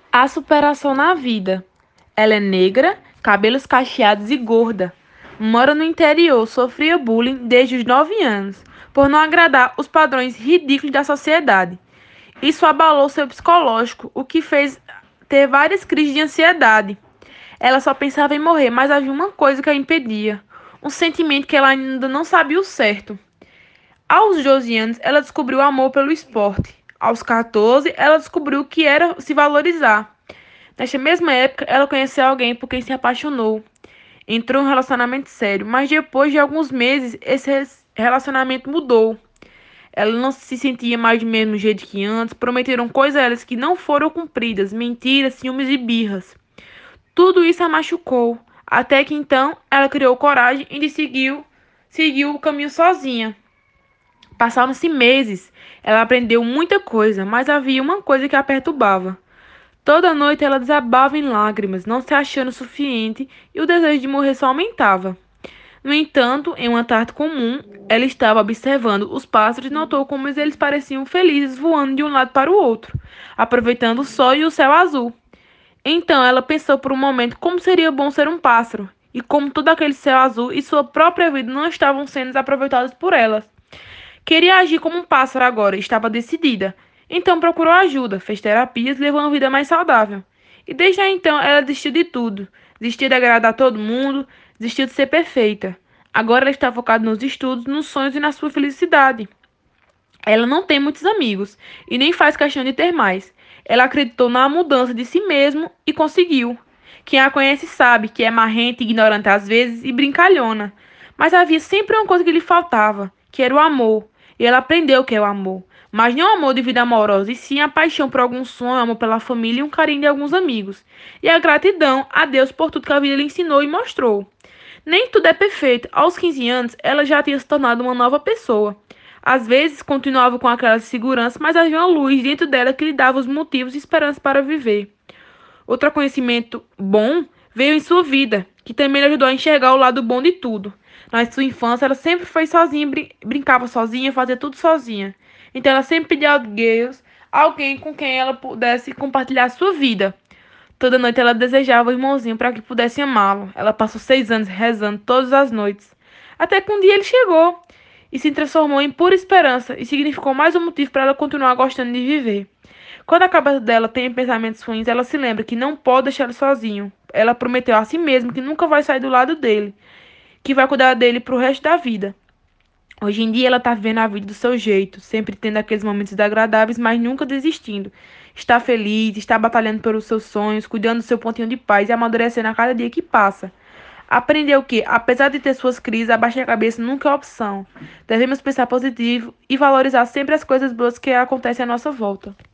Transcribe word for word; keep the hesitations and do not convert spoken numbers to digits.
A superação na vida. Ela é negra, cabelos cacheados e gorda. Mora no interior, sofria bullying desde os nove anos, por não agradar os padrões ridículos da sociedade. Isso abalou seu psicológico, o que fez ter várias crises de ansiedade. Ela só pensava em morrer, mas havia uma coisa que a impedia, um sentimento que ela ainda não sabia o certo. Aos doze anos, ela descobriu o amor pelo esporte. Aos quatorze, ela descobriu o que era se valorizar. Nesta mesma época, ela conheceu alguém por quem se apaixonou. Entrou em um relacionamento sério, mas depois de alguns meses, esse relacionamento mudou. Ela não se sentia mais do mesmo jeito que antes, prometeram coisas a elas que não foram cumpridas, mentiras, ciúmes e birras. Tudo isso a machucou, até que então ela criou coragem e seguiu, seguiu o caminho sozinha. Passaram-se meses, ela aprendeu muita coisa, mas havia uma coisa que a perturbava. Toda noite ela desabava em lágrimas, não se achando suficiente, e o desejo de morrer só aumentava. No entanto, em uma tarde comum, ela estava observando os pássaros e notou como eles pareciam felizes voando de um lado para o outro, aproveitando o sol e o céu azul. Então ela pensou por um momento como seria bom ser um pássaro, e como todo aquele céu azul e sua própria vida não estavam sendo aproveitados por ela. Queria agir como um pássaro agora, estava decidida. Então procurou ajuda, fez terapias e levou uma vida mais saudável. E desde então ela desistiu de tudo. Desistiu de agradar todo mundo, desistiu de ser perfeita. Agora ela está focada nos estudos, nos sonhos e na sua felicidade. Ela não tem muitos amigos e nem faz questão de ter mais. Ela acreditou na mudança de si mesmo e conseguiu. Quem a conhece sabe que é marrenta, ignorante às vezes e brincalhona. Mas havia sempre uma coisa que lhe faltava, que era o amor. E ela aprendeu o que é o amor. Mas não o amor de vida amorosa, e sim a paixão por algum sonho, o amor pela família e um carinho de alguns amigos. E a gratidão a Deus por tudo que a vida lhe ensinou e mostrou. Nem tudo é perfeito. Aos quinze anos, ela já tinha se tornado uma nova pessoa. Às vezes, continuava com aquela segurança, mas havia uma luz dentro dela que lhe dava os motivos e esperança para viver. Outro conhecimento bom veio em sua vida, que também lhe ajudou a enxergar o lado bom de tudo. Na sua infância, ela sempre foi sozinha, brin brincava sozinha, fazia tudo sozinha. Então, ela sempre pedia a Deus alguém com quem ela pudesse compartilhar a sua vida. Toda noite ela desejava o irmãozinho para que pudesse amá-lo. Ela passou seis anos rezando todas as noites. Até que um dia ele chegou e se transformou em pura esperança e significou mais um motivo para ela continuar gostando de viver. Quando a cabeça dela tem pensamentos ruins, ela se lembra que não pode deixá-lo sozinho. Ela prometeu a si mesma que nunca vai sair do lado dele, que vai cuidar dele pro resto da vida. Hoje em dia ela está vivendo a vida do seu jeito, sempre tendo aqueles momentos desagradáveis, mas nunca desistindo. Está feliz, está batalhando pelos seus sonhos, cuidando do seu pontinho de paz e amadurecendo a cada dia que passa. Aprendeu que, apesar de ter suas crises, abaixar a cabeça nunca é opção. Devemos pensar positivo e valorizar sempre as coisas boas que acontecem à nossa volta.